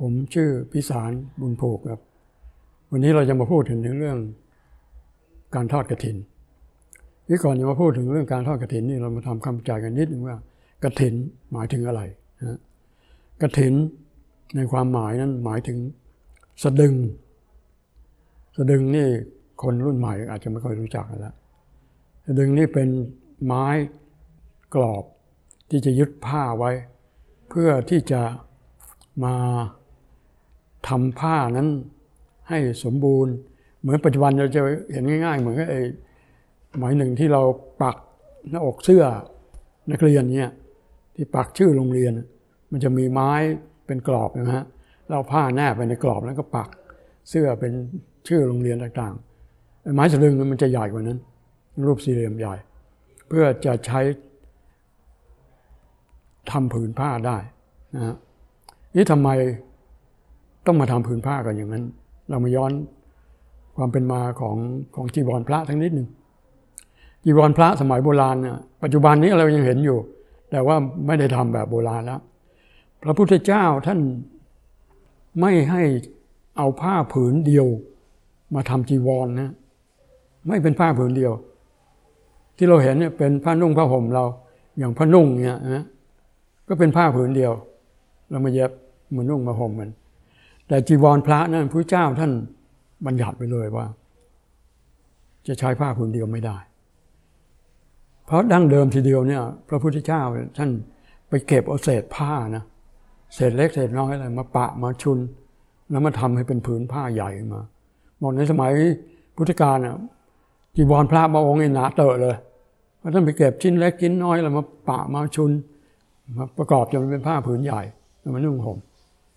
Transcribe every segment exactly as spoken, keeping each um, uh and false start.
ผมชื่อพิสารบุญผูกครับวันนี้เราจะมาพูดถึงเรื่องการทอดกฐินที่ก่อนจะมาพูดถึงเรื่องการทอดกฐินนี่เรามาทำความเข้าใจกันนิดนึงว่ากฐินหมายถึงอะไรนะกฐินในความหมายนั้นหมายถึงสะดึงสะดึงนี่คนรุ่นใหม่อาจจะไม่ค่อยรู้จักกันแล้วสะดึงนี่เป็นไม้กรอบที่จะยึดผ้าไว้เพื่อที่จะมาทำผ้านั้นให้สมบูรณ์เหมือนปัจจุบันเราจะเห็นง่ายๆเหมือนกับไอ้หมายหนึ่งที่เราปักหน้าอกเสื้อนักเรียนเนี่ยที่ปักชื่อโรงเรียนมันจะมีไม้เป็นกรอบนะฮะเราผ้าแนบไปในกรอบแล้วก็ปักเสื้อเป็นชื่อโรงเรียนต่างๆไม้สะดึงมันจะใหญ่กว่านั้นรูปสี่เหลี่ยมใหญ่เพื่อจะใช้ทำผืนผ้าได้นะฮะนี่ทำไมต้องมาทำผืนผ้ากันอย่างนั้นเรามาย้อนความเป็นมาของของจีวรพระทั้งนิดหนึ่งจีวรพระสมัยโบราณเนี่ยปัจจุบันนี้เรายังเห็นอยู่แต่ว่าไม่ได้ทำแบบโบราณแล้วพระพุทธเจ้าท่านไม่ให้เอาผ้าผืนเดียวมาทำจีวรนะไม่เป็นผ้าผืนเดียวที่เราเห็นเนี่ยเป็นผ้านุ่งผ้าห่มเราอย่างผ้านุ่งเนี่ยนะก็เป็นผ้าผืนเดียวเรามาเย็บมานุ่งมาห่มมันแต่จีวรพระนั้นพระเจ้าท่านบัญญัติไปเลยว่าจะใช้ผ้าผืนเดียวไม่ได้เพราะดั้งเดิมทีเดียวเนี่ยพระพุทธเจ้าท่านไปเก็บเอาเศษผ้านะเศษเล็กเศษน้อยอะไรมาปะมาชุนแล้วมาทำให้เป็นผืนผ้าใหญ่มาหมดในสมัยพุทธกาลน่ะจีวรพระบางองค์นี่หนาเตอะเลยเพราะท่านไปเก็บชิ้นเล็กชิ้นน้อยแล้วมาปะมาชุนมาประกอบจนเป็นผ้าผืนใหญ่แล้วมานุ่งห่ม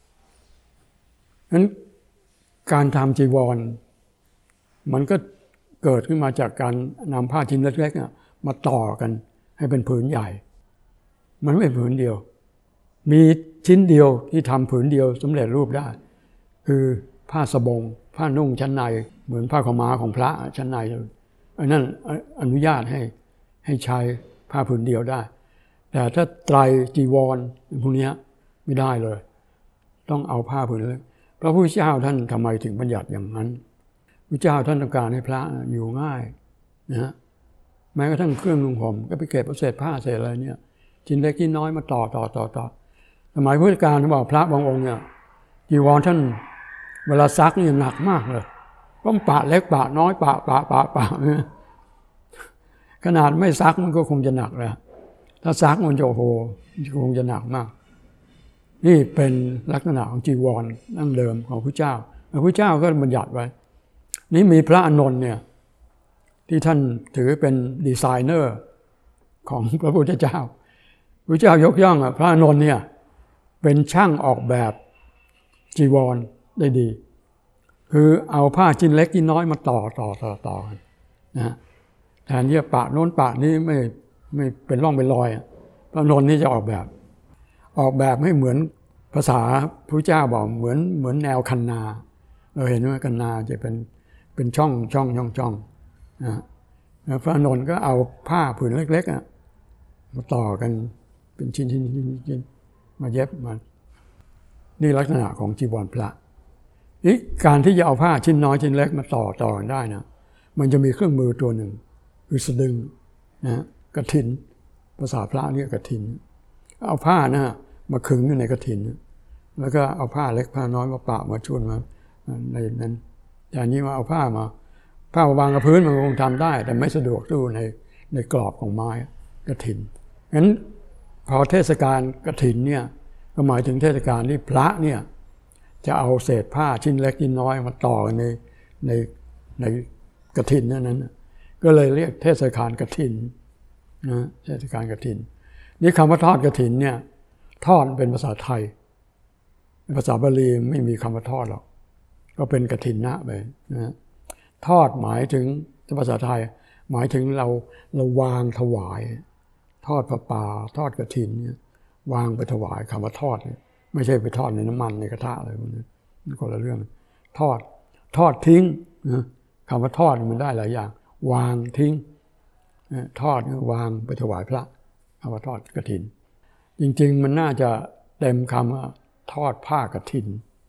นั้นการทำจีวรมันก็เกิดขึ้นมาจากการนำผ้าชิ้นเล็กๆมาต่อกันให้เป็นผืนใหญ่มันไม่เป็นผืนเดียวมีชิ้นเดียวที่ทำผืนเดียวสำเร็จรูปได้คือผ้าสบงผ้านุ่งชั้นในเหมือนผ้าขาวม้าของพระชั้นในอันนั้นอนุญาตให้ให้ใช้ผ้าผืนเดียวได้แต่ถ้าไตรจีวรพวกนี้ไม่ได้เลยต้องเอาผ้าผืนเล็กพระพุทธเจ้าท่านทำไมถึงบัญญัติอย่างนั้นพระเจ้าท่านต้องการให้พระอยู่ง่ายนะฮะแม้กระทั่งเครื่องนุ่งห่มก็ไปเก็บเอาเศษผ้าเศษอะไรเนี่ยชิ้นเล็กชิ้นน้อยมาต่อต่อต่อต่อสมัยพุทธกาลท่านบอกพระบางองค์เนี่ยจีวรท่านเวลาซักนี่หนักมากเลยต้องปะเล็กปะน้อยปะปะปะปะเนี่ยขนาดไม่ซักมันก็คงจะหนักแล้วถ้าซักมันจะโอ้โหคงจะหนักมากนี่เป็นลักษณะของจีวรดั้งเดิมของพระเจ้าพระพุทธเจ้าก็บัญญัติไว้นี่มีพระอานนท์เนี่ยที่ท่านถือเป็นดีไซเนอร์ของพระพุทธเจ้าพระเจ้ายกย่องพระอานนท์เนี่ยเป็นช่างออกแบบจีวรได้ดีคือเอาผ้าชิ้นเล็กชิ้นน้อยมาต่อต่อต่อต่อกันนะแทนที่จะปะโน้นปะนี้ไม่ไม่เป็นร่องเป็นรอยพระอานนท์นี่จะออกแบบออกแบบให้เหมือนภาษาพระเจ้าบอกเหมือนเหมือนแนวคันนาเราเห็นว่าคันนาจะเป็นเป็นช่องช่องช่องช่องนะพระอานนท์ก็เอาผ้าผืนเล็กๆอ่ะมาต่อกันเป็นชิ้นชิ้นชิ้นชิ้นมาเย็บมานี่ลักษณะของจีวรพระนี่การที่จะเอาผ้าชิ้นน้อยชิ้นเล็กมาต่อต่อกันได้นะมันจะมีเครื่องมือตัวหนึ่งคือสะดึงนะกฐินภาษาพระเรียกกฐินเอาผ้านะมาขึงอยู่ในกฐินแล้วก็เอาผ้าเล็กผ้าน้อยมาปะมาชุนมาในนั้นอย่างนี้มาเอาผ้ามาผ้าวางกับพื้นมันคงทำได้แต่ไม่สะดวกสู้ในในกรอบของไม้กฐินงั้นพอเทศกาลกฐินเนี่ยก็หมายถึงเทศกาลที่พระเนี่ยจะเอาเศษผ้าชิ้นเล็กชิ้นน้อยมาต่อกันในในในกฐินนั้นก็เลยเรียกเทศกาลกฐินนะเทศกาลกฐินนี่คำว่าทอดกฐินเนี่ยทอดเป็นภาษาไทยภาษาบาลีไม่มีคำว่าทอดหรอกก็เป็นกฐินนะไปนะทอดหมายถึงภาษาไทยหมายถึงเราเราวางถวายทอดผ้าป่าทอดกฐินเนี่ยวางไปถวายคำว่าทอดเนี่ยไม่ใช่ไปทอดในน้ำมันในกระทะอะไรพวกนี้นี่คนละเรื่องทอดทอดทิ้งนะคำว่าทอดมันได้หลายอย่างวางทิ้งทอดวางไปถวายพระคำว่าทอดกฐินจริงๆมันน่าจะเต็มคำว่าทอดผ้ากฐิน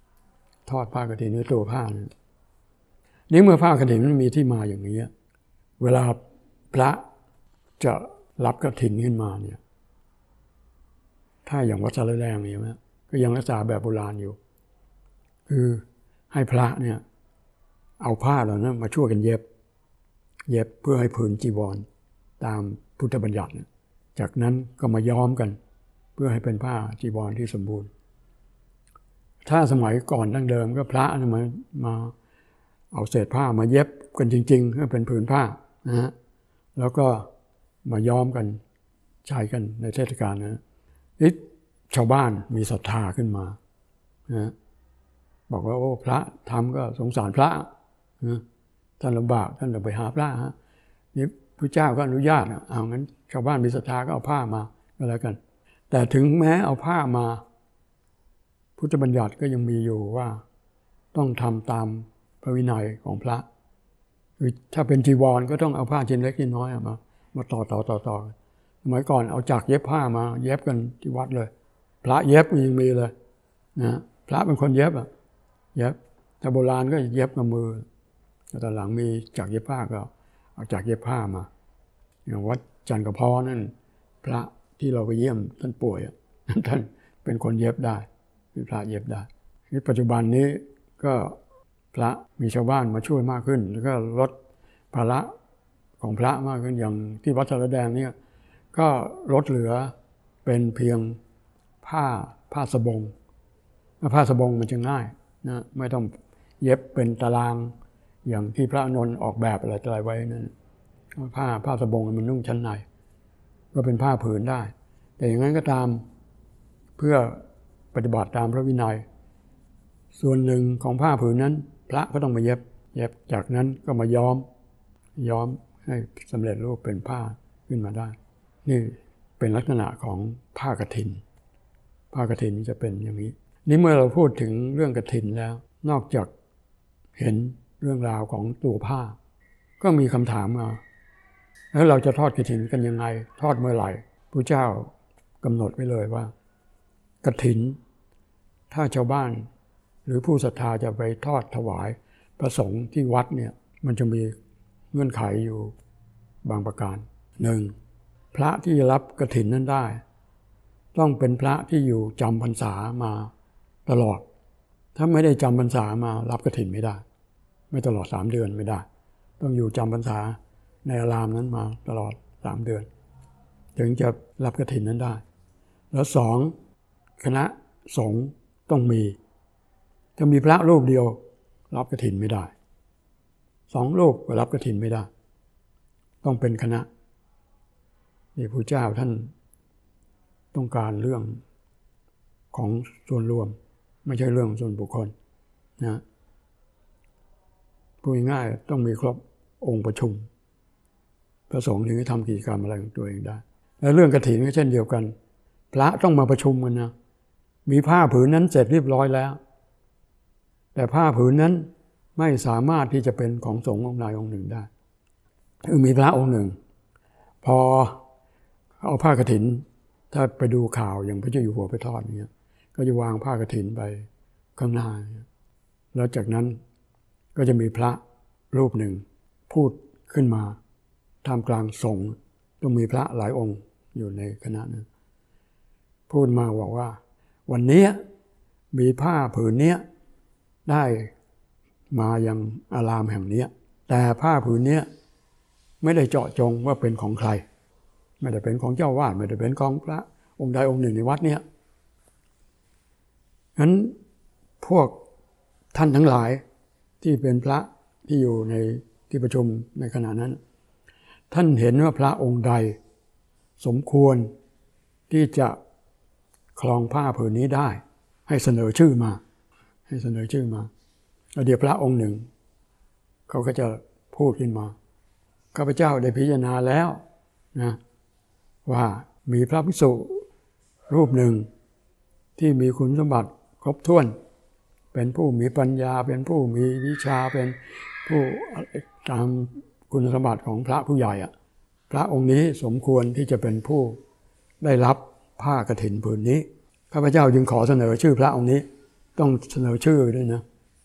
ทอดผ้ากฐินด้วยตัวผ้าเนี่ยนี่เมื่อผ้ากฐินมันมีที่มาอย่างนี้เวลาพระจะรับกฐินขึ้นมาเนี่ยถ้าอย่างวัดสะระแดงเนี่ยนะก็ยังรักษาแบบโบราณอยู่คือให้พระเนี่ยเอาผ้าเหล่านั้นมาช่วยกันเย็บเย็บเพื่อให้ผืนจีวรตามพุทธบัญญัติจากนั้นก็มาย้อมกันเพื่อให้เป็นผ้าจีวรที่สมบูรณ์ถ้าสมัยก่อนดั้งเดิมก็พระมามาเอาเศษผ้ามาเย็บกันจริงๆให้เป็นผืนผ้านะฮะแล้วก็มาย้อมกันใช้กันในเทศกาลนะนี่ชาวบ้านมีศรัทธาขึ้นมานะบอกว่าโอ้พระทำก็สงสารพระนะท่านลำบากท่านต้องไปหาพระฮะนี่พระเจ้าก็อนุญาตเอางั้นชาวบ้านมีศรัทธาก็เอาผ้ามาก็แล้วกันแต่ถึงแม้เอาผ้ามาพุทธบัญญัติก็ยังมีอยู่ว่าต้องทำตามพระวินัยของพระคือถ้าเป็นจีวรก็ต้องเอาผ้าชิ้นเล็กชิ้นน้อยมามาต่อต่อต่อต่อสมัยก่อนเอาจักรเย็บผ้ามาเย็บกันที่วัดเลยพระเย็บยังมีเลยนะพระเป็นคนเย็บอ่ะเย็บแต่โบราณก็เย็บกับมือแต่ตอนหลังมีจักรเย็บผ้าก็เอาจักรเย็บผ้ามาอย่างวัดจันทร์กระเพาะนั่นพระที่เราไปเยี่ยมท่านป่วยท่านเป็นคนเย็บได้เป็นพระเย็บได้ในปัจจุบันนี้ก็พระมีชาวบ้านมาช่วยมากขึ้นแล้วก็ลดภาระของพระมากขึ้นอย่างที่วัดสะระแดงเนี่ยก็ลดเหลือเป็นเพียงผ้าผ้าสบงผ้าสบงมันจะง่ายนะไม่ต้องเย็บเป็นตารางอย่างที่พระนนท์ออกแบบอะไรอะไรไว้นั่นผ้าผ้าสบงมันนุ่งชั้นในก็เป็นผ้าผืนได้แต่อย่างนั้นก็ตามเพื่อปฏิบัติตามพระวินัยส่วนหนึ่งของผ้าผืนนั้นพระก็ต้องมาเย็บเย็บจากนั้นก็มาย้อมย้อมให้สำเร็จรูปเป็นผ้าขึ้นมาได้นี่เป็นลักษณะของผ้ากฐินผ้ากฐินจะเป็นอย่างนี้นี่เมื่อเราพูดถึงเรื่องกฐินแล้วนอกจากเห็นเรื่องราวของตัวผ้าก็มีคำถามมาแล้วเราจะทอดกฐินกันยังไงทอดเมื่อไหร่พระเจ้ากำหนดไว้เลยว่ากฐินถ้าชาวบ้านหรือผู้ศรัทธาจะไปทอดถวายพระสงฆ์ที่วัดเนี่ยมันจะมีเงื่อนไขอยู่บางประการหนึ่งพระที่จะรับกฐินนั้นได้ต้องเป็นพระที่อยู่จำพรรษามาตลอดถ้าไม่ได้จำพรรษามารับกฐินไม่ได้ไม่ตลอดสามเดือนไม่ได้ต้องอยู่จำพรรษาในอารามนั้นมาตลอดสามเดือนถึงจะรับกฐินนั้นได้แล้วสองคณะสงฆ์ต้องมีถ้ามีพระรูปเดียวรับกฐินไม่ได้สองรูปก็รับกฐินไม่ได้ต้องเป็นคณะนี่พระเจ้าท่านต้องการเรื่องของส่วนรวมไม่ใช่เรื่องส่วนบุคคลนะพูดง่ายๆต้องมีครบองค์ประชุมพระสงฆ์ถึงจะทำกิจกรรมอะไรของตัวเองได้และเรื่องกฐินก็เช่นเดียวกันพระต้องมาประชุมกันนะมีผ้าผืนนั้นเสร็จเรียบร้อยแล้วแต่ผ้าผืนนั้นไม่สามารถที่จะเป็นของสงฆ์องค์ใดองค์หนึ่งได้คือมีพระองค์หนึ่งพอเอาผ้ากฐินถ้าไปดูข่าวอย่างพระเจ้าอยู่หัวไปทอดเนี่ยก็จะวางผ้ากฐินไปข้างหน้าแล้วจากนั้นก็จะมีพระรูปหนึ่งพูดขึ้นมาท่ามกลางสงฆ์ต้องมีพระหลายองค์อยู่ในคณะนั้นพูดมาบอกว่าวันนี้มีผ้าผืนนี้ได้มายังอารามแห่งนี้แต่ผ้าผืนนี้ไม่ได้เจาะจงว่าเป็นของใครไม่ได้เป็นของเจ้าวาดไม่ได้เป็นของพระองค์ใดองค์หนึ่งในวัดเนี่ยงั้นพวกท่านทั้งหลายที่เป็นพระที่อยู่ในที่ประชุมในขณะนั้นท่านเห็นว่าพระองค์ใดสมควรที่จะครองผ้าผืนนี้ได้ให้เสนอชื่อมาให้เสนอชื่อมาแล้วเดี๋ยวพระองค์หนึ่งเขาก็จะพูดขึ้นมาข้าพเจ้าได้พิจารณาแล้วนะว่ามีพระภิกษุรูปหนึ่งที่มีคุณสมบัติครบถ้วนเป็นผู้มีปัญญาเป็นผู้มีวิชาเป็นผู้ตามคุณสมบัติของพระผู้ใหญ่อ่ะพระองค์นี้สมควรที่จะเป็นผู้ได้รับผ้ากฐินผืนนี้ข้าพเจ้าจึงขอเสนอชื่อพระองค์นี้ต้องเสนอชื่อด้วยนะ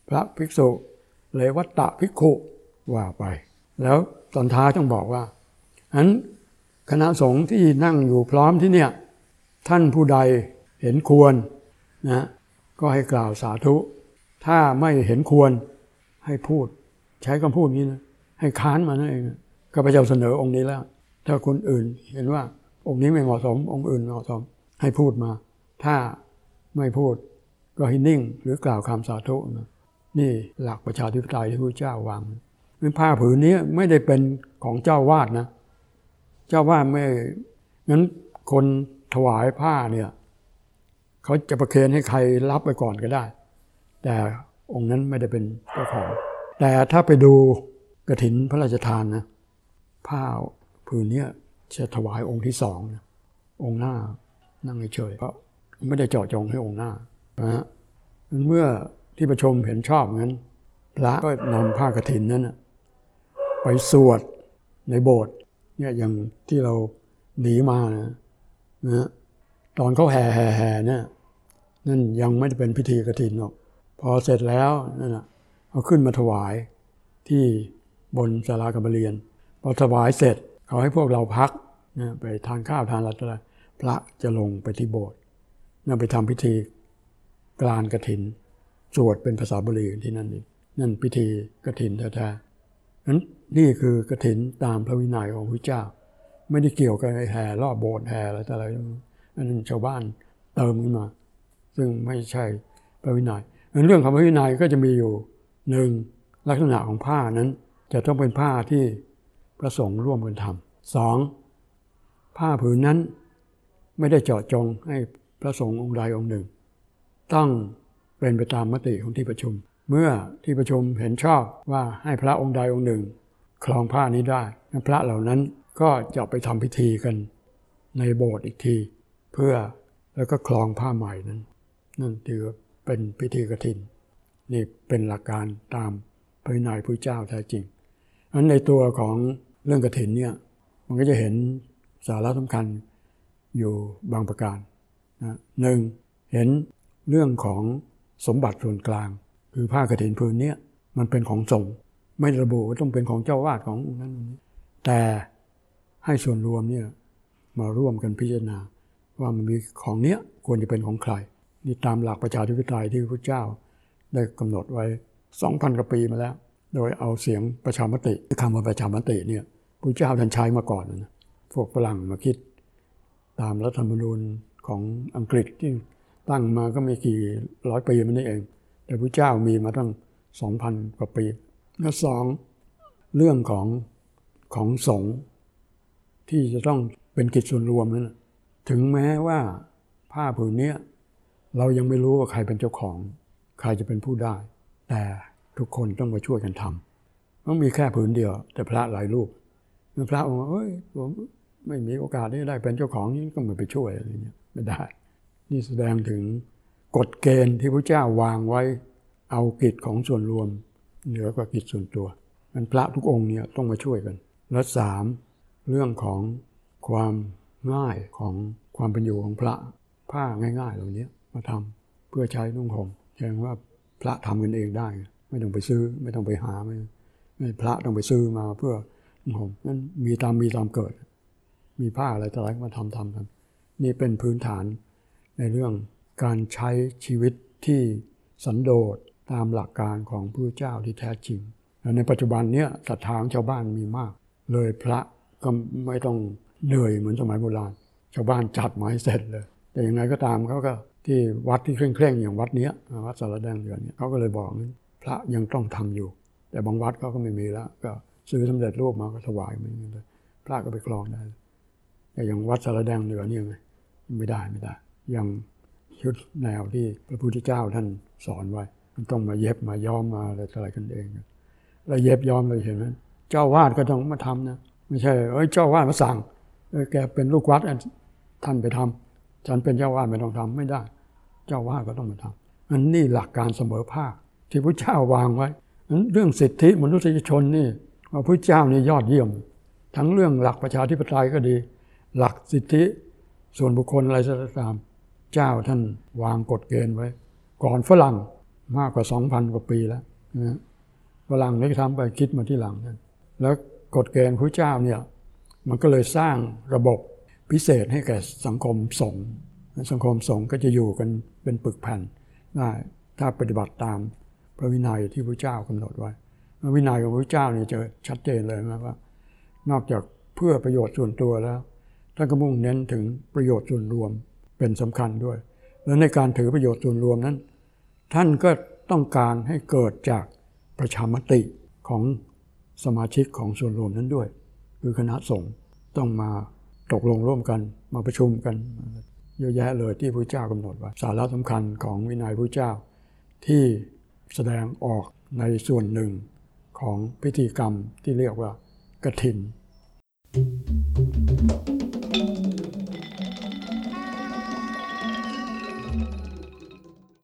พระภิกษุเลวัตตะภิกขุว่าไปแล้วตอนท้ายต้องบอกว่าฉะนั้นคณะสงฆ์ที่นั่งอยู่พร้อมที่เนี่ยท่านผู้ใดเห็นควรนะก็ให้กล่าวสาธุถ้าไม่เห็นควรให้พูดใช้คำพูดนี้นะให้ค้านมานั่นเองข้าพเจ้าเสนอองค์นี้แล้วถ้าคนอื่นเห็นว่าองค์นี้ไม่เหมาะสมองค์อื่นเหมาะสมให้พูดมาถ้าไม่พูดก็ให้นิ่งหรือกล่าวคำสาธุนะนี่หลักประชาธิปไตยที่พระเจ้าวางผ้าผืนนี้ไม่ได้เป็นของเจ้าวาดนะเจ้าวาดไม่งั้นคนถวายผ้าเนี่ยเขาจะประเคนให้ใครรับไปก่อนก็ได้แต่องค์นั้นไม่ได้เป็นเจ้าของแต่ถ้าไปดูกฐินพระราชทานนะผ้าผืนนี้จะถวายองค์ที่สองนะองค์หน้านั่งเฉยๆเพราะไม่ได้เจาะจงให้องค์หน้านะฮะเมื่อที่ประชุมเห็นชอบงั้นพระก็นำผ้ากฐินนั้นไปสวดในโบสถ์เนี่ยอย่างที่เราหนีมานะนะตอนเขาแห่แห่แห่เนี่ยนั่นยังไม่ได้เป็นพิธีกฐินหรอกพอเสร็จแล้วนั่นนะเอาขึ้นมาถวายที่บนศาลาการประเรียนพอถวายเสร็จเขาให้พวกเราพักนะไปทานข้าวทานอะไรพระจะลงไปที่โบสถ์นั่นไปทำพิธีกลานกฐินสวดเป็นภาษาบาลีที่นั่นเองนั่นพิธีกฐินแท้ๆนั้นนี่คือกฐินตามพระวินัยของพระเจ้าไม่ได้เกี่ยวกับแห่รอบโบสถ์แห่อะไรแต่อะไรอันนั้นชาวบ้านเติมขึ้นมาซึ่งไม่ใช่พระวินัยเรื่องของพระวินัยก็จะมีอยู่หนึ่งลักษณะของผ้านั้นจะต้องเป็นผ้าที่พระสงฆ์ร่วมกันทำสองผ้าผืนนั้นไม่ได้เจาะจงให้พระสงฆ์องค์ใดองค์หนึ่งต้องเป็นไปตามมติของที่ประชุมเมื่อที่ประชุมเห็นชอบว่าให้พระองค์ใดองค์หนึ่งครองผ้านี้ได้พระเหล่านั้นก็จะไปทำพิธีกันในโบสถ์อีกทีเพื่อแล้วก็ครองผ้าใหม่นั้นนั่นถือเป็นพิธีกฐินนี่เป็นหลักการตามพระวินัยพระเจ้าแท้จริงอันในตัวของเรื่องกฐินเนี่ยมันก็จะเห็นสาระสำคัญอยู่บางประการนะหนึ่งเห็นเรื่องของสมบัติส่วนกลางคือผ้ากฐินผืนนี้มันเป็นของสงฆ์ไม่ระบุว่าต้องเป็นของเจ้าวาดของนั้นแต่ให้ส่วนรวมเนี่ยมาร่วมกันพิจารณาว่ามันมีของเนี้ยควรจะเป็นของใครนี่ตามหลักประชาธิปไตยที่พระเจ้าได้กำหนดไว้ สองพัน กว่าปีมาแล้วโดยเอาเสียงประชามติคำว่าประชามติเนี่ยพระเจ้าท่านใช้มาก่อนนะพวกฝรั่งมาคิดตามรัฐธรรมนูญของอังกฤษที่ตั้งมาก็ไม่กี่ร้อยปีมันนี่เองแต่พระเจ้ามีมาตั้ง สองพัน กว่าปีและสองเรื่องของของสงฆ์ที่จะต้องเป็นกิจส่วนรวมนั้นถึงแม้ว่าผ้าผืนนี้เรายังไม่รู้ว่าใครเป็นเจ้าของใครจะเป็นผู้ได้แต่ทุกคนต้องมาช่วยกันทำต้องมีแค่ผืนเดียวแต่พระหลายรูปพระองค์เอ้ยผมไม่มีโอกาสได้เป็นเจ้าของนี่ก็ไม่ไปช่วยอะไรเงี้ยไม่ได้นี่แสดงถึงกฎเกณฑ์ที่พระเจ้าวางไว้เอากิจของส่วนรวมเหนือกว่ากิจส่วนตัวมันพระทุกองค์เนี่ยต้องมาช่วยกันและสามเรื่องของความง่ายของความเป็นอยู่ของพระผ้าง่ายๆเหล่านี้มาทำเพื่อใช้นุ่งห่มแสดงว่าพระทำกันเองได้ไม่ต้องไปซื้อไม่ต้องไปหาไม่ไม่พระต้องไปซื้อมาเพื่อนุ่งห่มนั่นมีตามมีตามเกิดมีผ้าอะไรต่ออะไรมาทำทำกันนี่เป็นพื้นฐานในเรื่องการใช้ชีวิตที่สันโดษตามหลักการของพระเจ้าที่แท้จริงในปัจจุบันเนี้ยศรัทธาของชาวบ้านมีมากเลยพระก็ไม่ต้องเหนื่อยเหมือนสมัยโบราณชาวบ้านจัดมาให้เสร็จเลยแต่ยังไงก็ตามเขาก็ที่วัดที่เคร่งๆอย่างวัดนี้วัดสารแดงเดือนเนี่ยเขาก็เลยบอกนั้นพระยังต้องทำอยู่แต่บางวัดเขาก็ไม่มีแล้วก็ซื้อสำเร็จรูปมาก็ถวายมันเลยพระก็ไปครองได้แต่อย่างวัดสารแดงเดือนนี่ไงไม่ได้ไม่ได้ยังยึดแนวที่พระพุทธเจ้าท่านสอนไว้มันต้องมาเย็บมาย้อมมาอะไรอะไรกันเองแล้วเย็บย้อมเลยเห็นไหมเจ้าวาดก็ต้องมาทำนะไม่ใช่เอ้ยเจ้าวาดมาสั่งเออแกเป็นลูกวัดท่านไปทำฉันเป็นเจ้าวาดไม่ต้องทำไม่ได้เจ้าวาดก็ต้องมาทำอันนี้หลักการเสมอภาคที่พระเจ้าวางไว้เรื่องสิทธิมนุษยชนนี่พระเจ้านี่ยอดเยี่ยมทั้งเรื่องหลักประชาธิปไตยก็ดีหลักสิทธิส่วนบุคคลอะไรก็ตามเจ้าท่านวางกฎเกณฑ์ไว้ก่อนฝรั่งมากกว่า สองพัน กว่าปีแล้วนะฝรั่งได้ทำไปคิดมาที่หลังนั้นแล้วกฎเกณฑ์พระเจ้าเนี่ยมันก็เลยสร้างระบบพิเศษให้แก่สังคมสงฆ์สังคมสงฆ์ก็จะอยู่กันเป็นปึกแผ่นได้ถ้าปฏิบัติตามพระวินัยที่พระเจ้ากำหนดไว้วินัยของพระเจ้านี่จะชัดเจนเลยนะว่านอกจากเพื่อประโยชน์ส่วนตัวแล้วท่านก็มุ่งเน้นถึงประโยชน์ส่วนรวมเป็นสำคัญด้วยและในการถือประโยชน์ส่วนรวมนั้นท่านก็ต้องการให้เกิดจากประชามติของสมาชิกของส่วนรวมนั้นด้วยคือคณะสงฆ์ต้องมาตกลงร่วมกันมาประชุมกันเยอะแยะเลยที่พระเจ้ากำหนดไว้สาระสำคัญของวินัยพระเจ้าที่แสดงออกในส่วนหนึ่งของพิธีกรรมที่เรียกว่ากฐิน